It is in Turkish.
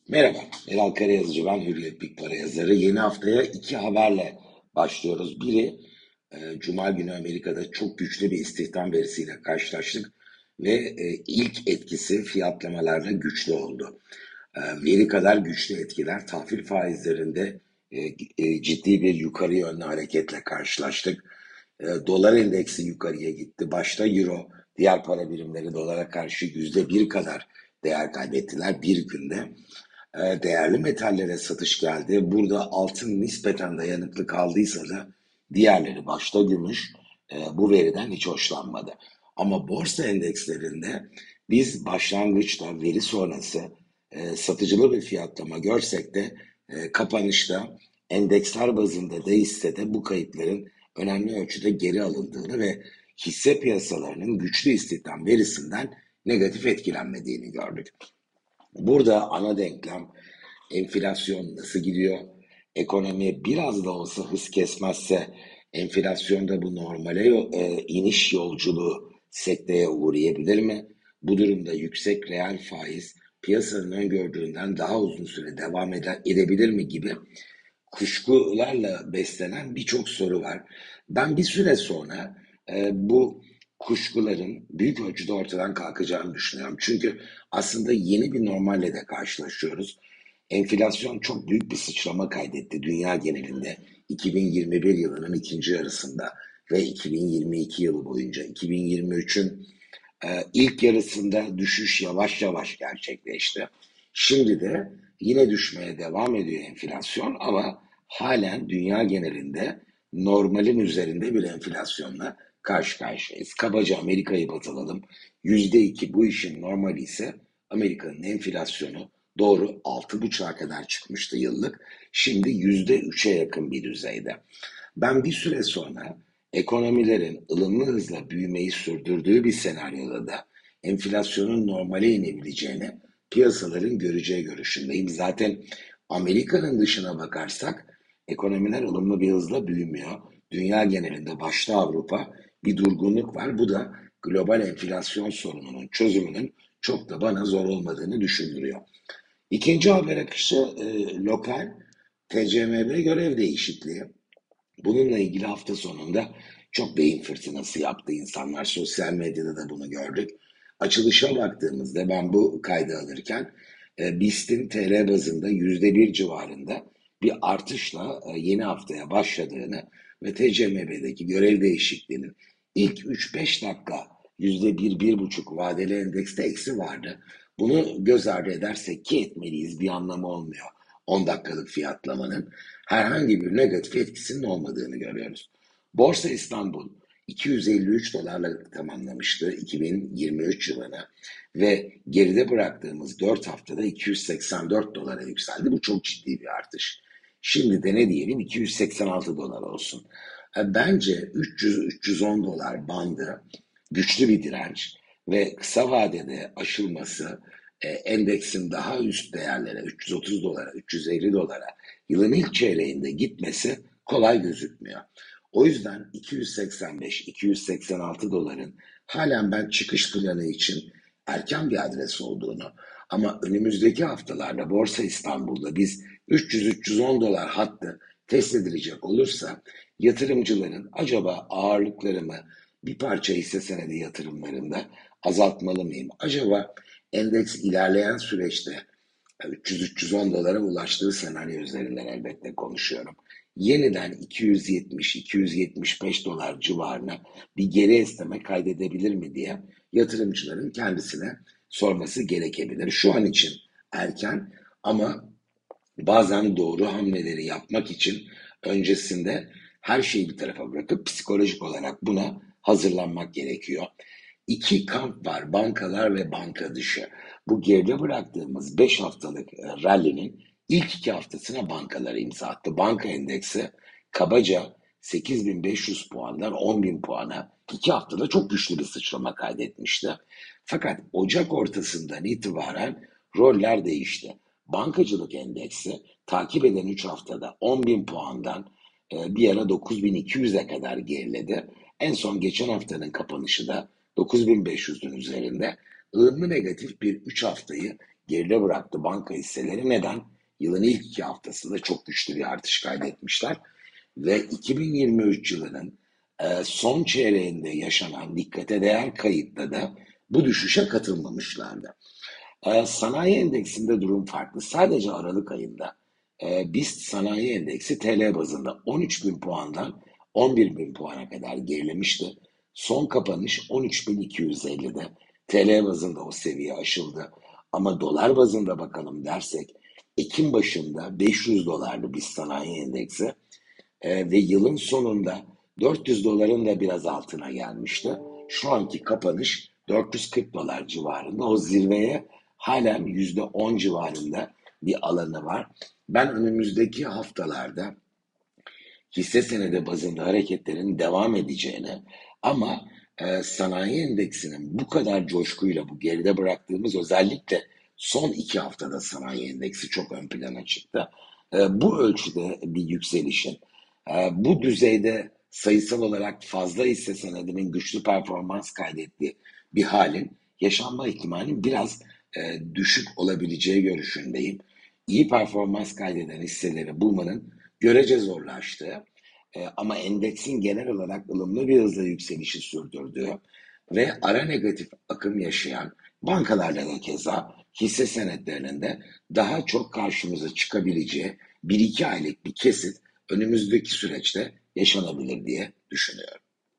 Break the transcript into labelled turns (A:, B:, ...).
A: Merhaba, Meral Karayazıcı ben, Hürriyet Big Para yazarı. Yeni haftaya iki haberle başlıyoruz. Biri, Cuma günü Amerika'da çok güçlü bir istihdam verisiyle karşılaştık ve ilk etkisi fiyatlamalarda güçlü oldu. Veri kadar güçlü etkiler tahvil faizlerinde ciddi bir yukarı yönlü hareketle karşılaştık. Dolar endeksi yukarıya gitti. Başta euro, diğer para birimleri dolara karşı %1 kadar değer kaybettiler bir günde. Değerli metallere satış geldi. Burada altın nispeten dayanıklı kaldıysa da diğerleri başta gümüş bu veriden hiç hoşlanmadı. Ama borsa endekslerinde biz başlangıçta veri sonrası satıcılı bir fiyatlama görsek de kapanışta endeksler bazında değişse de bu kayıpların önemli ölçüde geri alındığını ve hisse piyasalarının güçlü istihdam verisinden negatif etkilenmediğini gördük. Burada ana denklem enflasyon nasıl gidiyor? Ekonomi biraz da olsa hız kesmezse enflasyonda bu normale iniş yolculuğu sekteye uğrayabilir mi? Bu durumda yüksek reel faiz piyasanın öngördüğünden daha uzun süre devam edebilir mi gibi kuşkularla beslenen birçok soru var. Ben bir süre sonra bu kuşkuların büyük ölçüde ortadan kalkacağını düşünüyorum. Çünkü aslında yeni bir normalle de karşılaşıyoruz. Enflasyon çok büyük bir sıçrama kaydetti dünya genelinde 2021 yılının ikinci yarısında ve 2022 yılı boyunca. 2023'ün ilk yarısında düşüş yavaş yavaş gerçekleşti. Şimdi de yine düşmeye devam ediyor enflasyon ama halen dünya genelinde normalin üzerinde bir enflasyonla karşı karşıyayız. Kabaca Amerika'yı baz alalım. %2 bu işin normali ise Amerika'nın enflasyonu doğru 6,5'a kadar çıkmıştı yıllık. Şimdi %3'e yakın bir düzeyde. Ben bir süre sonra ekonomilerin ılımlı hızla büyümeyi sürdürdüğü bir senaryoda da enflasyonun normale inebileceğini piyasaların göreceği görüşündeyim. Zaten Amerika'nın dışına bakarsak ekonomiler ılımlı bir hızla büyümüyor. Dünya genelinde başta Avrupa bir durgunluk var. Bu da global enflasyon sorununun çözümünün çok da bana zor olmadığını düşündürüyor. İkinci haber akışı lokal TCMB görev değişikliği. Bununla ilgili hafta sonunda çok beyin fırtınası yaptı insanlar. Sosyal medyada da bunu gördük. Açılışa baktığımızda ben bu kaydı alırken BIST'in TL bazında %1 civarında bir artışla yeni haftaya başladığını ve TCMB'deki görev değişikliğinin ilk 3-5 dakika %1-1,5 vadeli endekste eksi vardı. Bunu göz ardı edersek ki etmeliyiz, bir anlamı olmuyor 10 dakikalık fiyatlamanın herhangi bir negatif etkisinin olmadığını görüyoruz. Borsa İstanbul 253 dolarla tamamlamıştı 2023 yılını ve geride bıraktığımız 4 haftada 284 dolara yükseldi. Bu çok ciddi bir artış. Şimdi de ne diyelim 286 dolar olsun. Bence 300-310 dolar bandı güçlü bir direnç ve kısa vadede aşılması endeksin daha üst değerlere 330 dolara, 350 dolara yılın ilk çeyreğinde gitmesi kolay gözükmüyor. O yüzden 285-286 doların halen ben çıkış planı için erken bir adres olduğunu ama önümüzdeki haftalarda Borsa İstanbul'da biz 300-310 dolar hattı test edilecek olursa yatırımcıların acaba ağırlıklarımı bir parça hisse senedi yatırımlarında azaltmalı mıyım? Acaba endeks ilerleyen süreçte 300-310 dolara ulaştığı senaryo üzerinden elbette konuşuyorum. Yeniden 270-275 dolar civarına bir geri esneme kaydedebilir mi diye yatırımcıların kendisine sorması gerekebilir. Şu an için erken ama bazen doğru hamleleri yapmak için öncesinde her şeyi bir tarafa bırakıp psikolojik olarak buna hazırlanmak gerekiyor. İki kamp var, bankalar ve banka dışı. Bu geride bıraktığımız 5 haftalık rally'nin ilk 2 haftasına bankalar imza attı. Banka endeksi kabaca 8.500 puandan 10.000 puana 2 haftada çok güçlü bir sıçrama kaydetmişti. Fakat Ocak ortasından itibaren roller değişti. Bankacılık endeksi takip eden 3 haftada 10.000 puandan bir ara 9.200'e kadar geriledi. En son geçen haftanın kapanışı da 9.500'ün üzerinde ılımlı negatif bir 3 haftayı geride bıraktı banka hisseleri. Neden? Yılın ilk 2 haftasında çok güçlü bir artış kaydetmişler. Ve 2023 yılının son çeyreğinde yaşanan dikkate değer kayıtta da bu düşüşe katılmamışlardı. Sanayi endeksinde durum farklı. Sadece Aralık ayında BIST sanayi endeksi TL bazında 13 bin puandan 11 bin puana kadar gerilemişti. Son kapanış 13.250'de. TL bazında o seviye aşıldı. Ama dolar bazında bakalım dersek Ekim başında 500 dolardı BIST sanayi endeksi. Ve yılın sonunda 400 doların da biraz altına gelmişti. Şu anki kapanış 440 dolar civarında. O zirveye halen %10 civarında bir alanı var. Ben önümüzdeki haftalarda hisse senedi bazında hareketlerin devam edeceğini ama sanayi endeksinin bu kadar coşkuyla bu geride bıraktığımız özellikle son 2 haftada sanayi endeksi çok ön plana çıktı. Bu ölçüde bir yükselişin bu düzeyde sayısal olarak fazla hisse senedinin güçlü performans kaydettiği bir halin yaşanma ihtimalinin biraz düşük olabileceği görüşündeyim. İyi performans kaydeden hisseleri bulmanın görece zorlaştığı ama endeksin genel olarak ılımlı bir hızla yükselişi sürdürdüğü ve ara negatif akım yaşayan bankalarla da keza hisse senetlerinin de daha çok karşımıza çıkabileceği 1-2 aylık bir kesit önümüzdeki süreçte yaşanabilir diye düşünüyorum.